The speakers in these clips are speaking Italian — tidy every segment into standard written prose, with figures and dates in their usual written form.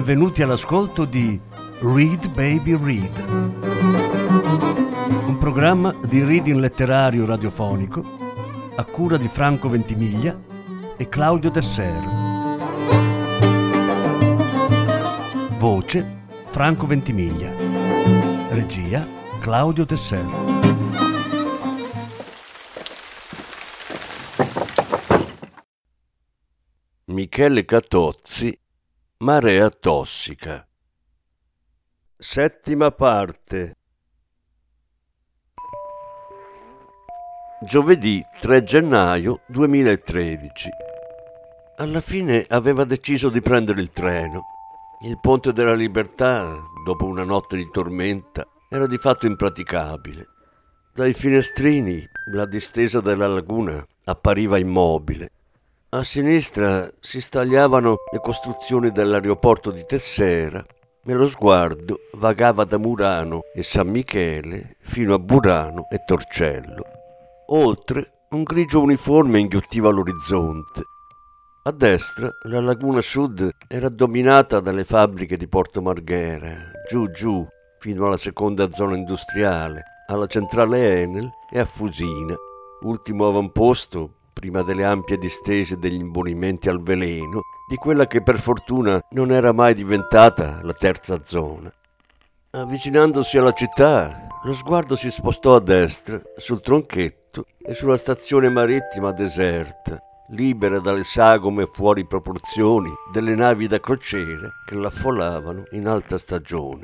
benvenuti all'ascolto di Read Baby Read, un programma di reading letterario radiofonico a cura di Franco Ventimiglia e Claudio Desser. Voce Franco Ventimiglia. Regia Claudio Desser. Michele Catozzi, Marea tossica. Settima parte. Giovedì 3 gennaio 2013. Alla fine aveva deciso di prendere il treno. Il Ponte della Libertà, dopo una notte di tormenta, era di fatto impraticabile. Dai finestrini la distesa della laguna appariva immobile. A sinistra si stagliavano le costruzioni dell'aeroporto di Tessera e lo sguardo vagava da Murano e San Michele fino a Burano e Torcello. Oltre, un grigio uniforme inghiottiva l'orizzonte. A destra, la laguna sud era dominata dalle fabbriche di Porto Marghera, giù, fino alla seconda zona industriale, alla centrale Enel e a Fusina, ultimo avamposto prima delle ampie distese degli imbonimenti al veleno, di quella che per fortuna non era mai diventata la terza zona. Avvicinandosi alla città, lo sguardo si spostò a destra, sul tronchetto e sulla stazione marittima deserta, libera dalle sagome fuori proporzioni delle navi da crociera che l'affollavano in alta stagione.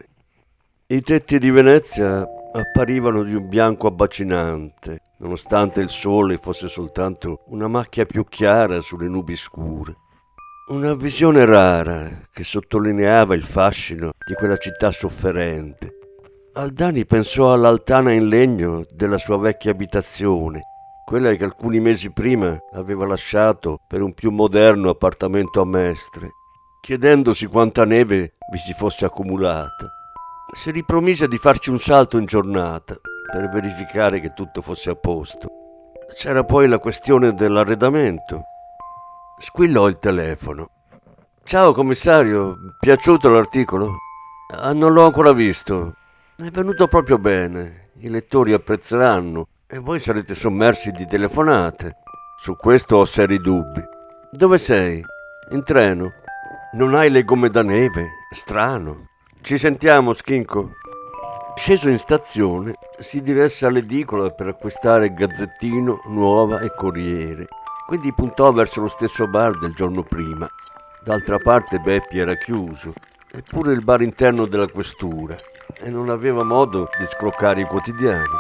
I tetti di Venezia apparivano di un bianco abbacinante, nonostante il sole fosse soltanto una macchia più chiara sulle nubi scure. Una visione rara che sottolineava il fascino di quella città sofferente. Aldani pensò all'altana in legno della sua vecchia abitazione, quella che alcuni mesi prima aveva lasciato per un più moderno appartamento a Mestre, chiedendosi quanta neve vi si fosse accumulata. Si ripromise di farci un salto in giornata per verificare che tutto fosse a posto. C'era poi la questione dell'arredamento. Squillò il telefono. «Ciao commissario, piaciuto l'articolo?» «Non l'ho ancora visto. È venuto proprio bene. I lettori apprezzeranno e voi sarete sommersi di telefonate. Su questo ho seri dubbi. Dove sei? In treno? Non hai le gomme da neve? Strano. Ci sentiamo, Schinco». Sceso in stazione, si diresse all'edicola per acquistare Gazzettino, Nuova e Corriere. Quindi puntò verso lo stesso bar del giorno prima. D'altra parte Beppi era chiuso, eppure il bar interno della questura, e non aveva modo di scroccare i quotidiani.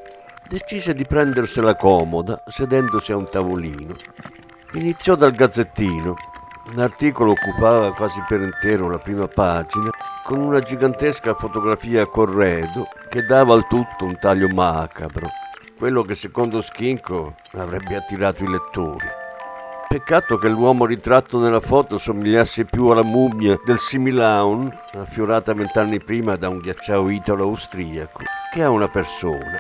Decise di prendersela comoda, sedendosi a un tavolino. Iniziò dal Gazzettino. L'articolo occupava quasi per intero la prima pagina, con una gigantesca fotografia a corredo che dava al tutto un taglio macabro, quello che secondo Schinco avrebbe attirato i lettori. Peccato che l'uomo ritratto nella foto somigliasse più alla mummia del Similaun, affiorata 20 anni prima da un ghiacciao italo-austriaco, che a una persona.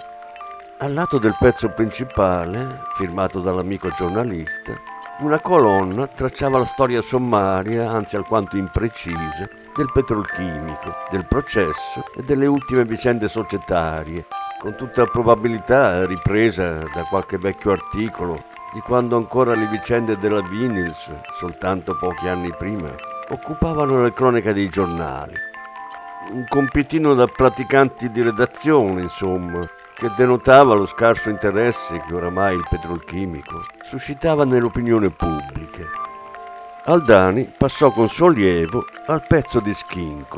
Al lato del pezzo principale, firmato dall'amico giornalista, una colonna tracciava la storia sommaria, anzi alquanto imprecisa, del petrolchimico, del processo e delle ultime vicende societarie, con tutta probabilità ripresa da qualche vecchio articolo di quando ancora le vicende della Vinyls, soltanto pochi anni prima, occupavano le cronache dei giornali. Un compitino da praticanti di redazione, insomma, che denotava lo scarso interesse che oramai il petrolchimico suscitava nell'opinione pubblica. Aldani passò con sollievo al pezzo di Schinco.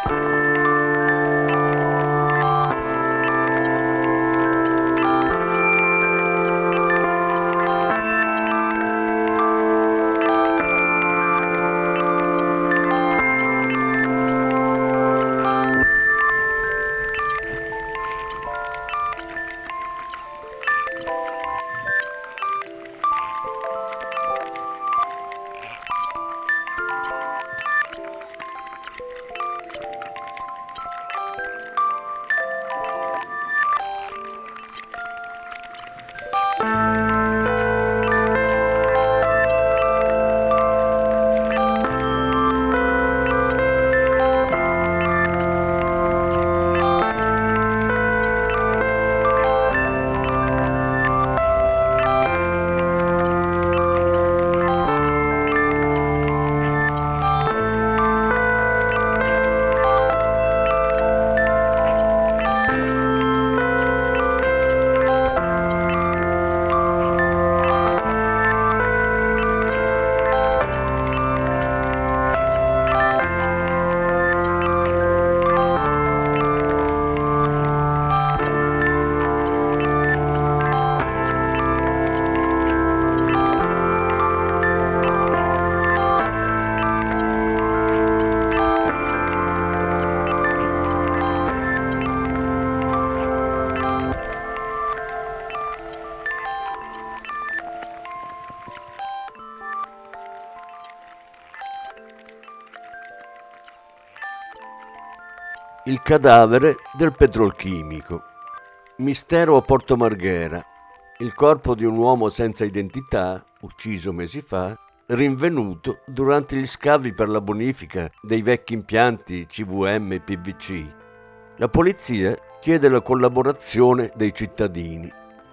Il cadavere del petrolchimico. Mistero a Porto Marghera. Il corpo di un uomo senza identità, ucciso mesi fa, rinvenuto durante gli scavi per la bonifica dei vecchi impianti CVM e PVC. La polizia chiede la collaborazione dei cittadini.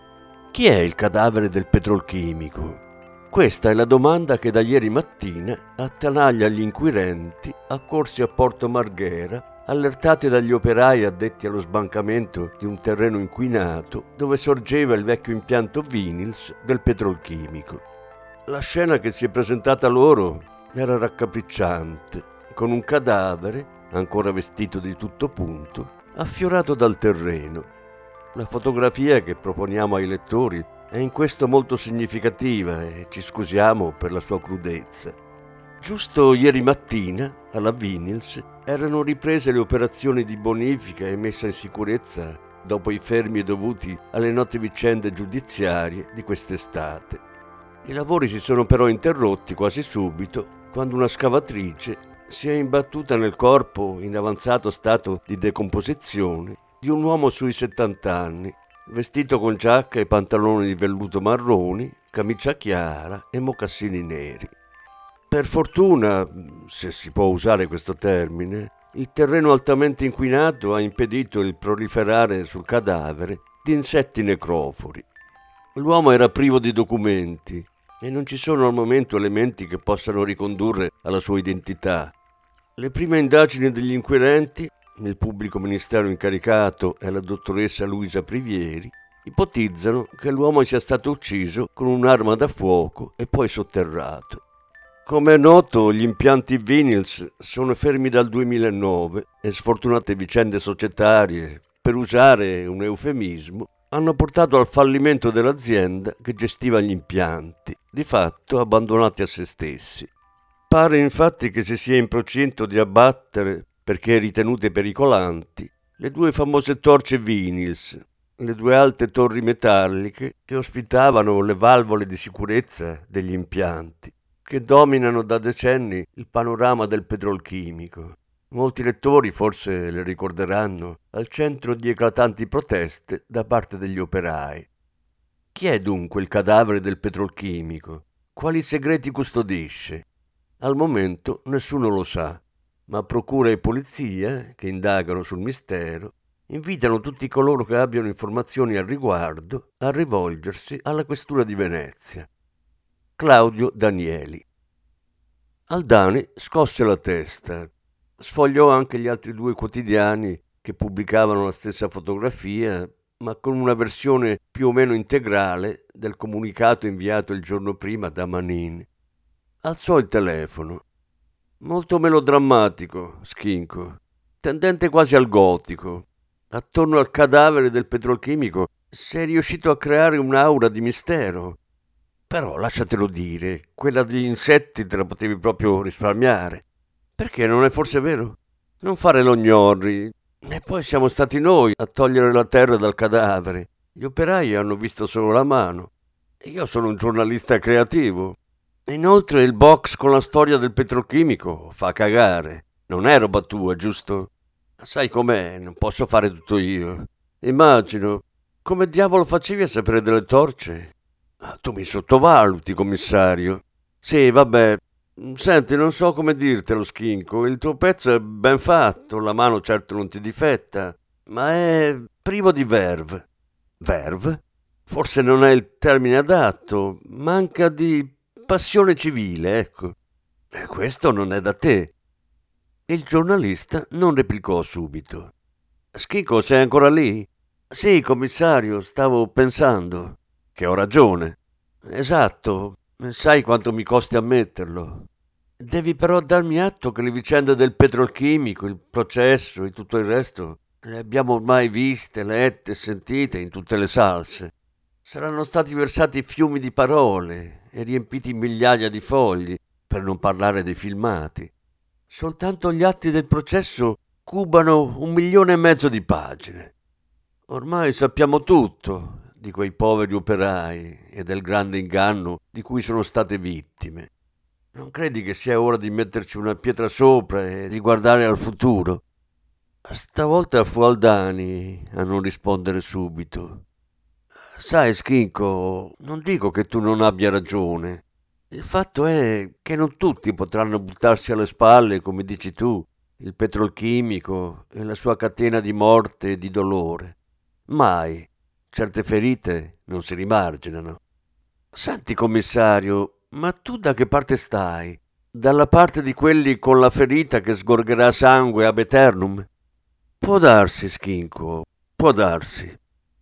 Chi è il cadavere del petrolchimico? Questa è la domanda che da ieri mattina attanaglia gli inquirenti accorsi a Porto Marghera, allertati dagli operai addetti allo sbancamento di un terreno inquinato dove sorgeva il vecchio impianto Vinyls del petrolchimico. La scena che si è presentata loro era raccapricciante, con un cadavere, ancora vestito di tutto punto, affiorato dal terreno. La fotografia che proponiamo ai lettori è in questo molto significativa e ci scusiamo per la sua crudezza. Giusto ieri mattina, alla Vinyls, erano riprese le operazioni di bonifica e messa in sicurezza dopo i fermi dovuti alle note vicende giudiziarie di quest'estate. I lavori si sono però interrotti quasi subito quando una scavatrice si è imbattuta nel corpo in avanzato stato di decomposizione di un uomo sui 70 anni, vestito con giacca e pantaloni di velluto marroni, camicia chiara e mocassini neri. Per fortuna, se si può usare questo termine, il terreno altamente inquinato ha impedito il proliferare sul cadavere di insetti necrofori. L'uomo era privo di documenti e non ci sono al momento elementi che possano ricondurre alla sua identità. Le prime indagini degli inquirenti, il pubblico ministero incaricato e la dottoressa Luisa Privieri, ipotizzano che l'uomo sia stato ucciso con un'arma da fuoco e poi sotterrato. Come è noto, gli impianti Vinyls sono fermi dal 2009 e sfortunate vicende societarie, per usare un eufemismo, hanno portato al fallimento dell'azienda che gestiva gli impianti, di fatto abbandonati a se stessi. Pare infatti che si sia in procinto di abbattere, perché ritenute pericolanti, le due famose torce Vinyls, le due alte torri metalliche che ospitavano le valvole di sicurezza degli impianti, che dominano da decenni il panorama del petrolchimico. Molti lettori forse le ricorderanno al centro di eclatanti proteste da parte degli operai. Chi è dunque il cadavere del petrolchimico? Quali segreti custodisce? Al momento nessuno lo sa, ma procura e polizia, che indagano sul mistero, invitano tutti coloro che abbiano informazioni al riguardo a rivolgersi alla questura di Venezia. Claudio Danieli. Aldani scosse la testa. Sfogliò anche gli altri due quotidiani che pubblicavano la stessa fotografia, ma con una versione più o meno integrale del comunicato inviato il giorno prima da Manin. Alzò il telefono. Molto melodrammatico, Schinco. tendente quasi al gotico. Attorno al cadavere del petrolchimico sei riuscito a creare un'aura di mistero. Però lasciatelo dire, quella degli insetti te la potevi proprio risparmiare. Perché non è forse vero? Non fare lo gnorri. E poi siamo stati noi a togliere la terra dal cadavere. Gli operai hanno visto solo la mano. Io sono un giornalista creativo. Inoltre il box con la storia del petrolchimico fa cagare. Non è roba tua, giusto? Sai com'è, non posso fare tutto io. Immagino. Come diavolo facevi a sapere delle torce? Tu mi sottovaluti, commissario. Sì, vabbè. Senti, non so come dirtelo, Schinco. Il tuo pezzo è ben fatto, la mano certo non ti difetta, ma è privo di verve. Verve? Forse non è il termine adatto. Manca di passione civile, ecco. E questo non è da te. Il giornalista non replicò subito. Schinco, sei ancora lì? Sì, commissario, stavo pensando. Che ho ragione. Esatto, sai quanto mi costi ammetterlo. Devi però darmi atto che le vicende del petrolchimico, il processo e tutto il resto le abbiamo ormai viste, lette e sentite in tutte le salse. Saranno stati versati fiumi di parole e riempiti migliaia di fogli, per non parlare dei filmati. Soltanto gli atti del processo cubano 1,5 milioni di pagine. Ormai sappiamo tutto di quei poveri operai e del grande inganno di cui sono state vittime. Non credi che sia ora di metterci una pietra sopra e di guardare al futuro? Stavolta fu Aldani a non rispondere subito. Sai, Schinco, non dico che tu non abbia ragione. Il fatto è che non tutti potranno buttarsi alle spalle, come dici tu, il petrolchimico e la sua catena di morte e di dolore. Mai. Certe ferite non si rimarginano. Senti, commissario, ma tu da che parte stai? Dalla parte di quelli con la ferita che sgorgerà sangue ab aeternum? Può darsi, Schinco, può darsi.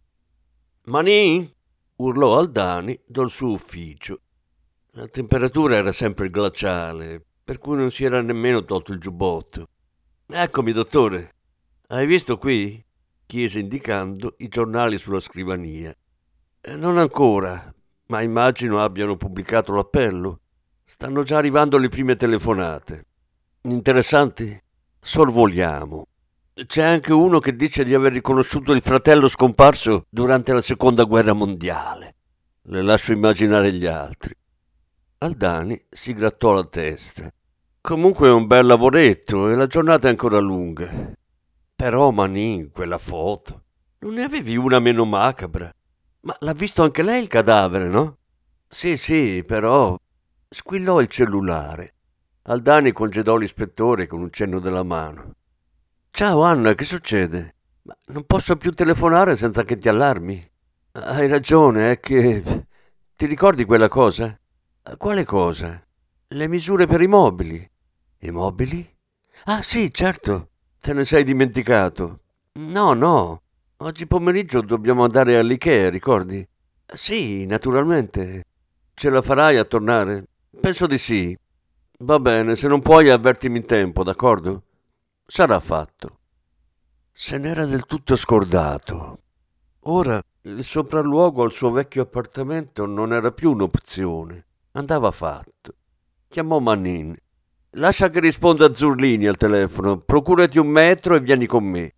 Manin? Urlò Aldani dal suo ufficio. La temperatura era sempre glaciale, per cui non si era nemmeno tolto il giubbotto. Eccomi, dottore. Hai visto qui? Chiese indicando i giornali sulla scrivania. Non ancora, ma immagino abbiano pubblicato l'appello. Stanno già arrivando le prime telefonate. Interessanti? Sorvoliamo. C'è anche uno che dice di aver riconosciuto il fratello scomparso durante la Seconda Guerra Mondiale. Le lascio immaginare gli altri. Aldani si grattò la testa. Comunque è un bel lavoretto e la giornata è ancora lunga. Però, Manin, quella foto. Non ne avevi una meno macabra? Ma l'ha visto anche lei il cadavere, no? Sì, però... Squillò il cellulare. Aldani congedò l'ispettore con un cenno della mano. Ciao Anna, che succede? Ma non posso più telefonare senza che ti allarmi. Hai ragione, è che... Ti ricordi quella cosa? Quale cosa? Le misure per i mobili. I mobili? Ah sì, certo. Te ne sei dimenticato. No. Oggi pomeriggio dobbiamo andare all'Ikea, ricordi? Sì, naturalmente. Ce la farai a tornare? Penso di sì. Va bene, se non puoi avvertimi in tempo, d'accordo? Sarà fatto. Se n'era del tutto scordato. Ora il sopralluogo al suo vecchio appartamento non era più un'opzione. Andava fatto. Chiamò Manin. Lascia che risponda Zurlini al telefono. Procurati un metro e vieni con me.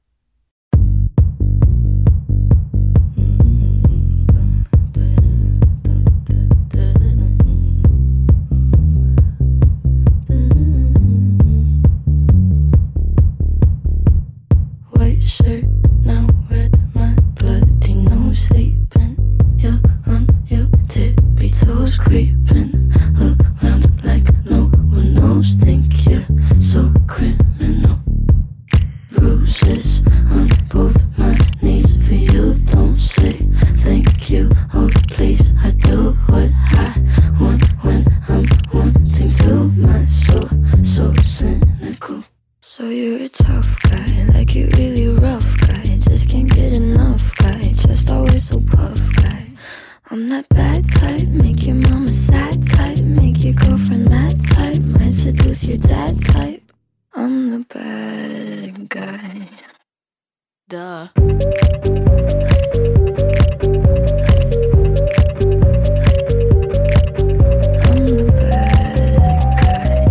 White shirt, now red, my bloody nose sleeping. You're on your tippy toes, creeping around like no one knows. Think you're so criminal. Bruises on both my knees for you. Don't say thank you. Oh please, I do what I want when I'm wanting to. My soul so cynical. So you're a tough guy, like you really rough guy. Just can't get enough guy, just always so puff guy. I'm that bad type, make your mama sad type, make your girlfriend mad type, might seduce your dad type. I'm the bad guy. guy. Duh. I'm the bad guy.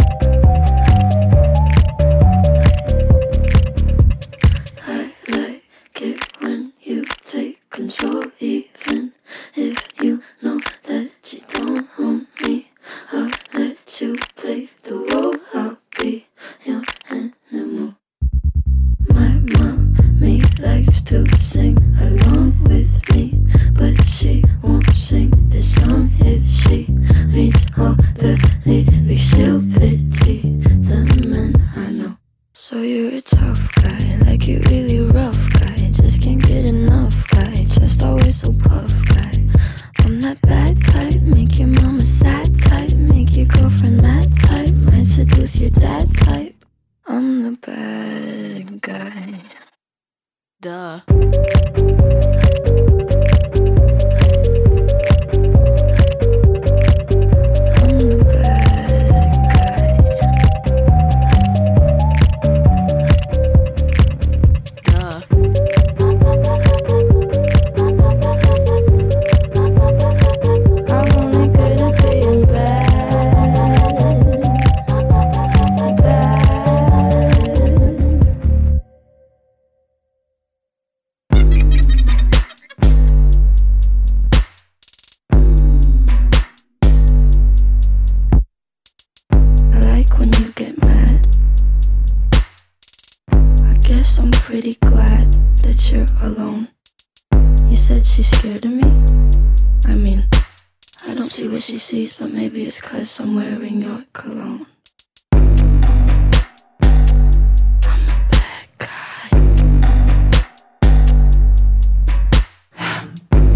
I like it when you take control, even if you know that you don't own me. I'll let you play the role. I'll be your animal. My mommy likes to sing along with me, but she won't sing this song if she reads all the lyrics. She'll pity the men I know. So you're a tough guy, like you really rough guy. Just can't get enough guy, just always so puff guy. I'm that bad type, make your mama sad type, make your girlfriend mad type, might seduce your dad type. I'm the bad guy. Duh. I'm the bad guy. Duh. I'm only good at being bad. I like when you get mad. I guess I'm pretty glad that you're alone. You said she's scared of me? I mean, I don't see what she sees, but maybe it's 'cause I'm wearing your cologne. I'm a bad guy. I'm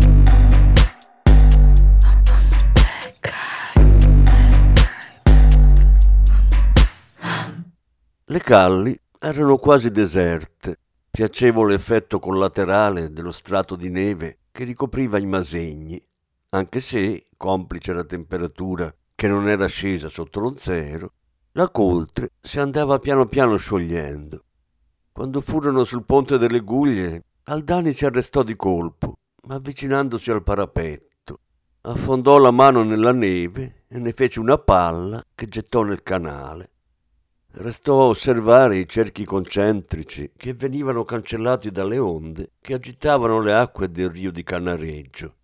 a bad guy. Le calli erano quasi deserte, piacevole effetto collaterale dello strato di neve che ricopriva i Masegni, anche se, complice la temperatura che non era scesa sotto lo zero, la coltre si andava piano piano sciogliendo. Quando furono sul ponte delle Guglie, Aldani si arrestò di colpo, avvicinandosi al parapetto, affondò la mano nella neve e ne fece una palla che gettò nel canale. Restò a osservare i cerchi concentrici che venivano cancellati dalle onde che agitavano le acque del Rio di Cannareggio.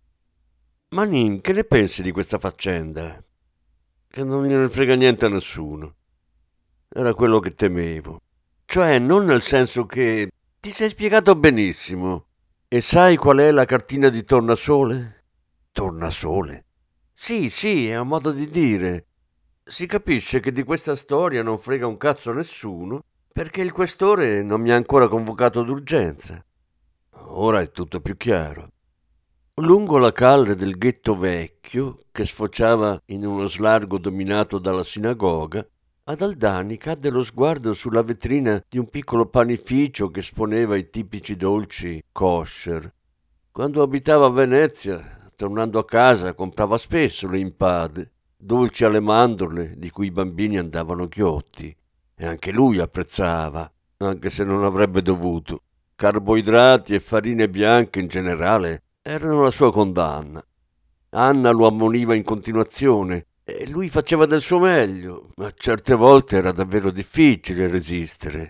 Manin, che ne pensi di questa faccenda? Che non gliene frega niente a nessuno. Era quello che temevo. Cioè, non nel senso che... Ti sei spiegato benissimo. E sai qual è la cartina di Tornasole? Tornasole? Sì, è un modo di dire. Si capisce che di questa storia non frega un cazzo a nessuno perché il questore non mi ha ancora convocato d'urgenza. Ora è tutto più chiaro. Lungo la calle del ghetto vecchio, che sfociava in uno slargo dominato dalla sinagoga, ad Aldani cadde lo sguardo sulla vetrina di un piccolo panificio che esponeva i tipici dolci kosher. Quando abitava a Venezia, tornando a casa, comprava spesso le impade, dolci alle mandorle di cui i bambini andavano ghiotti. E anche lui apprezzava, anche se non avrebbe dovuto. Carboidrati e farine bianche in generale erano la sua condanna. Anna lo ammoniva in continuazione e lui faceva del suo meglio, ma certe volte era davvero difficile resistere.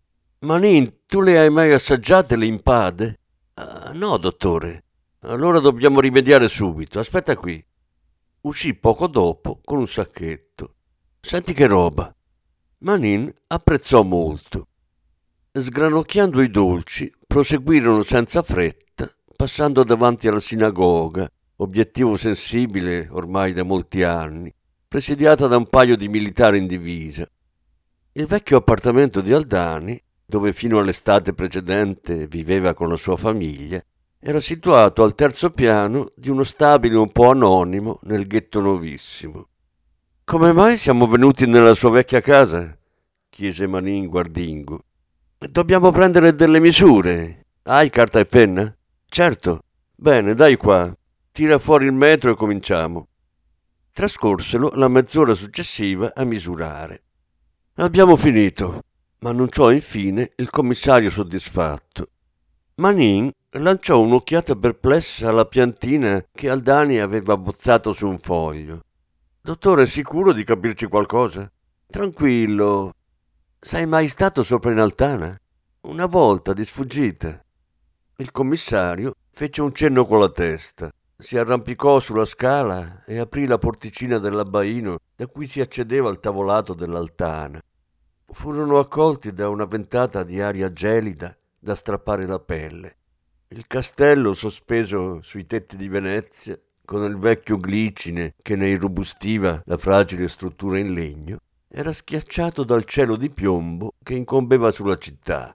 Manin, tu le hai mai assaggiate le impade? No, dottore. Allora dobbiamo rimediare subito. Aspetta qui. Uscì poco dopo con un sacchetto. Senti che roba. Manin apprezzò molto. Sgranocchiando i dolci, proseguirono senza fretta, passando davanti alla sinagoga, obiettivo sensibile ormai da molti anni, presidiata da un paio di militari in divisa. Il vecchio appartamento di Aldani, dove fino all'estate precedente viveva con la sua famiglia, era situato al terzo piano di uno stabile un po' anonimo nel ghetto nuovissimo. «Come mai siamo venuti nella sua vecchia casa?» chiese Manin guardingo. «Dobbiamo prendere delle misure. Hai carta e penna?» «Certo. Bene, dai qua. Tira fuori il metro e cominciamo». Trascorsero la mezz'ora successiva a misurare. «Abbiamo finito. ma annunciò infine il commissario soddisfatto. Manin lanciò un'occhiata perplessa alla piantina che Aldani aveva abbozzato su un foglio. «Dottore, è sicuro di capirci qualcosa?» «Tranquillo. Sei mai stato sopra in Altana?» «Una volta, di sfuggita». Il commissario fece un cenno con la testa, si arrampicò sulla scala e aprì la porticina dell'abbaino da cui si accedeva al tavolato dell'Altana. Furono accolti da una ventata di aria gelida da strappare la pelle. Il castello, sospeso sui tetti di Venezia, con il vecchio glicine che ne irrobustiva la fragile struttura in legno, era schiacciato dal cielo di piombo che incombeva sulla città.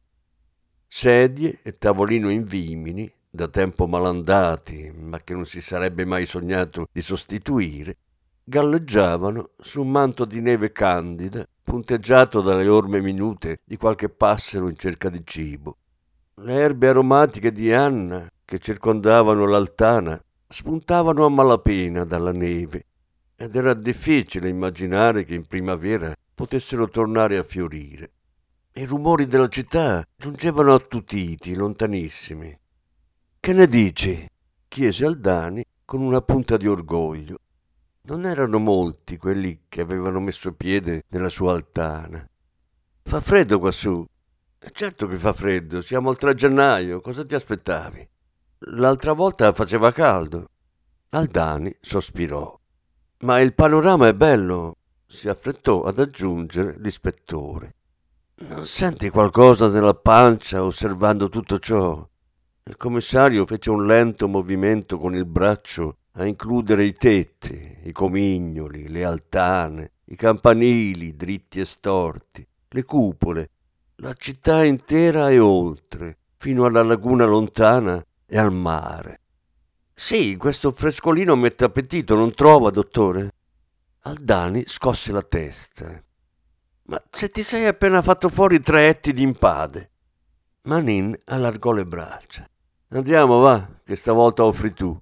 Sedie e tavolino in vimini, da tempo malandati, ma che non si sarebbe mai sognato di sostituire, galleggiavano su un manto di neve candida, punteggiato dalle orme minute di qualche passero in cerca di cibo. Le erbe aromatiche di Anna, che circondavano l'Altana, spuntavano a malapena dalla neve, ed era difficile immaginare che in primavera potessero tornare a fiorire. I rumori della città giungevano attutiti, lontanissimi. «Che ne dici?» chiese Aldani con una punta di orgoglio. Non erano molti quelli che avevano messo piede nella sua Altana. «Fa freddo quassù?» «Certo che fa freddo, siamo al 3 gennaio, cosa ti aspettavi?» «L'altra volta faceva caldo». Aldani sospirò. «Ma il panorama è bello», si affrettò ad aggiungere l'ispettore. «Non senti qualcosa nella pancia osservando tutto ciò?» Il commissario fece un lento movimento con il braccio a includere i tetti, i comignoli, le altane, i campanili dritti e storti, le cupole, la città intera e oltre, fino alla laguna lontana e al mare. «Sì, questo frescolino mette appetito, non trova, dottore?» Aldani scosse la testa. «Ma se ti sei appena fatto fuori 3 etti di impade!» Manin allargò le braccia. «Andiamo, va, che stavolta offri tu».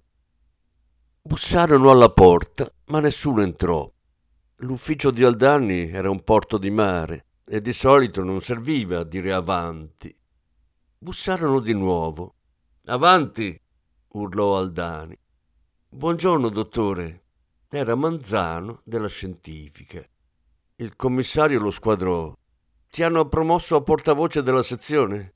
Bussarono alla porta, ma nessuno entrò. L'ufficio di Aldani era un porto di mare e di solito non serviva a dire avanti. Bussarono di nuovo. «Avanti!» urlò Aldani. «Buongiorno, dottore». Era Manzano della scientifica. Il commissario lo squadrò. «Ti hanno promosso a portavoce della sezione?»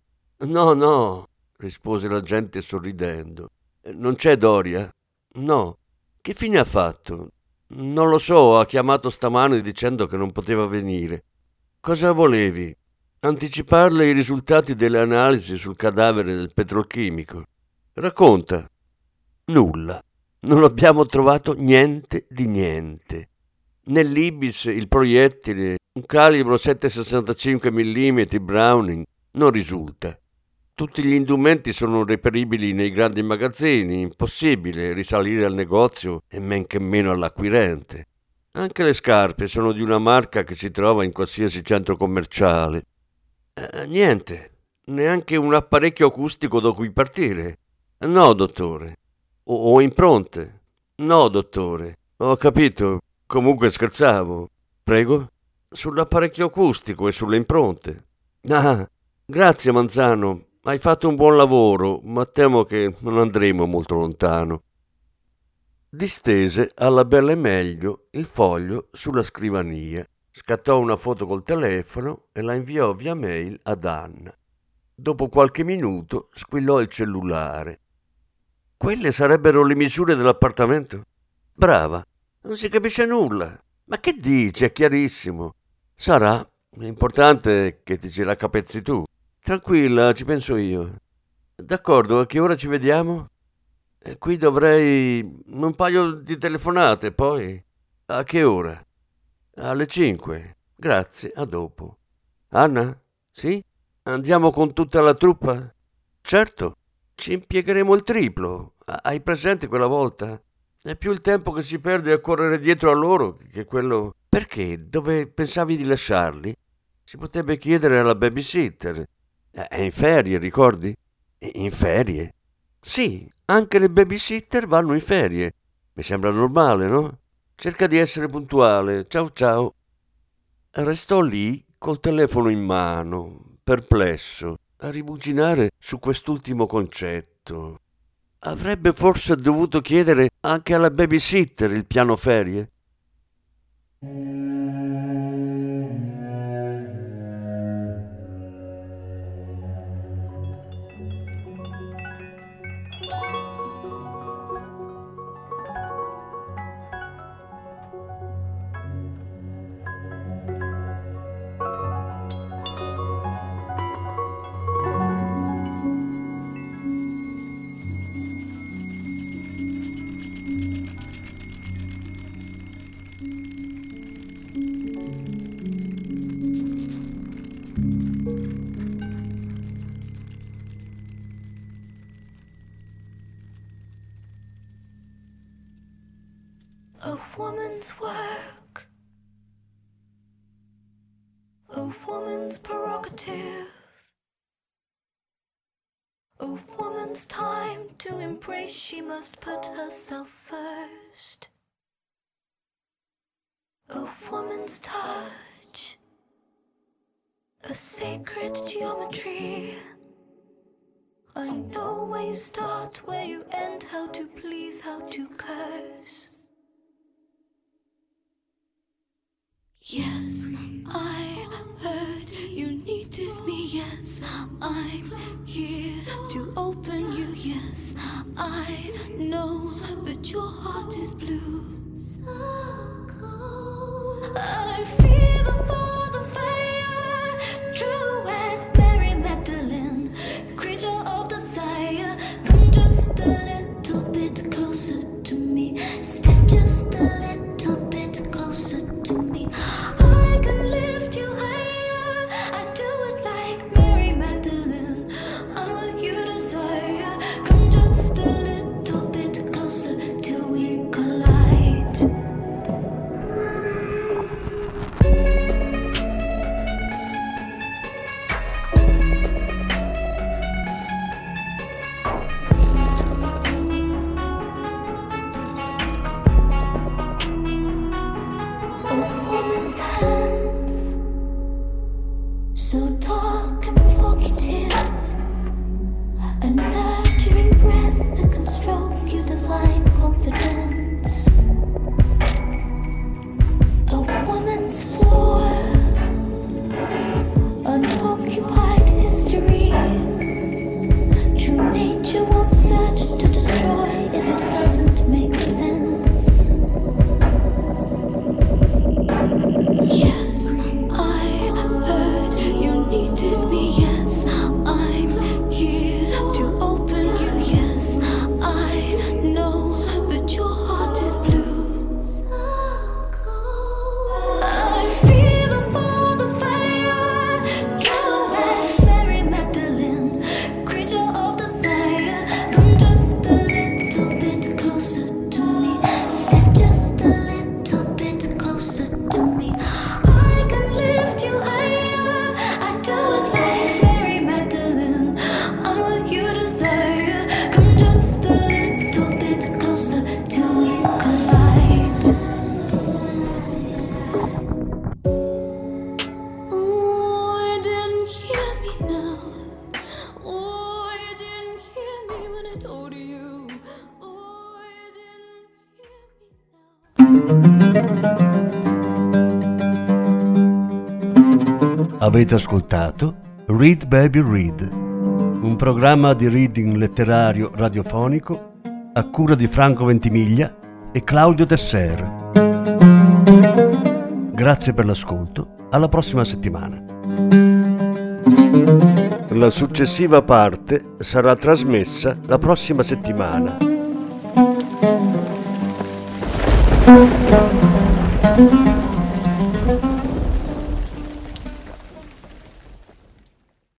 No, rispose l'agente sorridendo. «Non c'è Doria?» «No». «Che fine ha fatto?» «Non lo so, ha chiamato stamane dicendo che non poteva venire». «Cosa volevi?» «Anticiparle i risultati delle analisi sul cadavere del petrolchimico». «Racconta». «Nulla. Non abbiamo trovato niente di niente. Nell'Ibis il proiettile, un calibro 7,65 mm Browning, non risulta. Tutti gli indumenti sono reperibili nei grandi magazzini, impossibile risalire al negozio e men che meno all'acquirente. Anche le scarpe sono di una marca che si trova in qualsiasi centro commerciale. Niente, neanche un apparecchio acustico da cui partire. No, dottore. O impronte. No, dottore. Ho capito. Comunque scherzavo. Prego? Sull'apparecchio acustico e sulle impronte. Ah, grazie Manzano. Hai fatto un buon lavoro, ma temo che non andremo molto lontano. Distese alla bella meglio il foglio sulla scrivania, scattò una foto col telefono e la inviò via mail ad Anna. Dopo qualche minuto squillò il cellulare. «Quelle sarebbero le misure dell'appartamento?» «Brava, non si capisce nulla. Ma che dici? È chiarissimo». «Sarà. L'importante è che ti ci raccapezzi tu». «Tranquilla, ci penso io». «D'accordo, a che ora ci vediamo?» «Qui dovrei un paio di telefonate, poi». «A che ora?» «Alle 5. Grazie, a dopo». «Anna?» «Sì? Andiamo con tutta la truppa?» «Certo, ci impiegheremo il triplo. Hai presente quella volta? È più il tempo che si perde a correre dietro a loro che quello...» «Perché? Dove pensavi di lasciarli?» «Si potrebbe chiedere alla babysitter». «È in ferie, ricordi?» «In ferie?» «Sì, anche le babysitter vanno in ferie. Mi sembra normale, no? Cerca di essere puntuale. Ciao ciao». Restò lì col telefono in mano, perplesso, a rimuginare su quest'ultimo concetto. Avrebbe forse dovuto chiedere anche alla babysitter il piano ferie? A woman's work, a woman's prerogative, a woman's time to embrace, she must put herself first. A woman's touch, a sacred geometry. I know where you start, where you end, how to please, how to curse. Yes, I heard you needed me. Yes, I'm here to open you. Yes, I know that your heart is blue. So cold. I fever for the fire, true as Mary Magdalene, creature of desire. Come just a little bit closer to me. Step just a little bit closer to me. I can lift you higher. I do it like Mary Magdalene. I'm what you desire. Come just a little bit closer till we collide. Hands, so dark and provocative, a nurturing breath that can stroke your divine confidence. A woman's war, unoccupied history. True nature won't search to destroy if it doesn't make sense. Yes, I heard you needed me. Yes, I'm here to open you. Yes, I know that your heart is blue. So cold. I fever for the fire, true as Mary Magdalene, creature of desire. Come just a little bit closer to me. Step just a little bit closer to me. I can lift you higher. I do it like Mary Magdalene. I'm what you desire. Come just a little bit closer till we collide. Oh, you didn't hear me now. Oh, you didn't hear me when I told you. Oh, you didn't hear me now. Avete ascoltato Read Baby Read, un programma di reading letterario radiofonico a cura di Franco Ventimiglia e Claudio Tesser. Grazie per l'ascolto, alla prossima settimana. La successiva parte sarà trasmessa la prossima settimana.